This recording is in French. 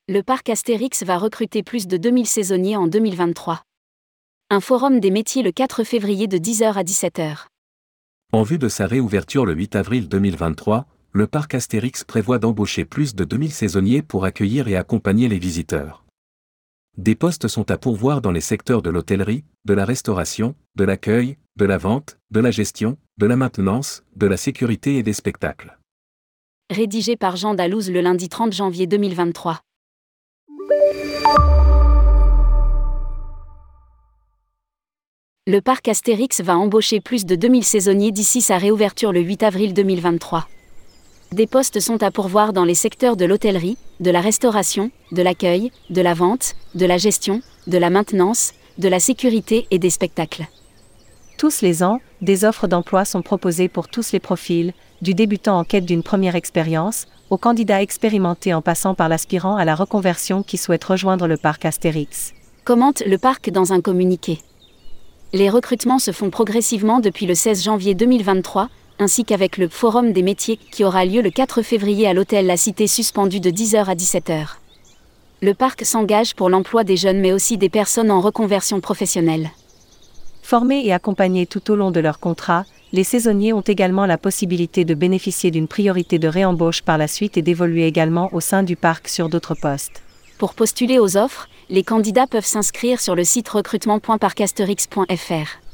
Le parc Astérix va recruter plus de 2000 saisonniers en 2023. Un forum des métiers le 4 février de 10h à 17h. En vue de sa réouverture le 8 avril 2023, le parc Astérix prévoit d'embaucher plus de 2000 saisonniers pour accueillir et accompagner les visiteurs. Des postes sont à pourvoir dans les secteurs de l'hôtellerie, de la restauration, de l'accueil, de la vente, de la gestion, de la maintenance, de la sécurité et des spectacles. Rédigé par Jean Dalouse le lundi 30 janvier 2023. Le parc Astérix va embaucher plus de 2000 saisonniers d'ici sa réouverture le 8 avril 2023. Des postes sont à pourvoir dans les secteurs de l'hôtellerie, de la restauration, de l'accueil, de la vente, de la gestion, de la maintenance, de la sécurité et des spectacles. Tous les ans, des offres d'emploi sont proposées pour tous les profils, du débutant en quête d'une première expérience, au candidat expérimenté en passant par l'aspirant à la reconversion qui souhaite rejoindre le parc Astérix. Commente le parc dans un communiqué. Les recrutements se font progressivement depuis le 16 janvier 2023, ainsi qu'avec le Forum des métiers qui aura lieu le 4 février à l'hôtel La Cité suspendu de 10h à 17h. Le parc s'engage pour l'emploi des jeunes mais aussi des personnes en reconversion professionnelle. Formés et accompagnés tout au long de leur contrat, les saisonniers ont également la possibilité de bénéficier d'une priorité de réembauche par la suite et d'évoluer également au sein du parc sur d'autres postes. Pour postuler aux offres, les candidats peuvent s'inscrire sur le site recrutement.parcasterix.fr.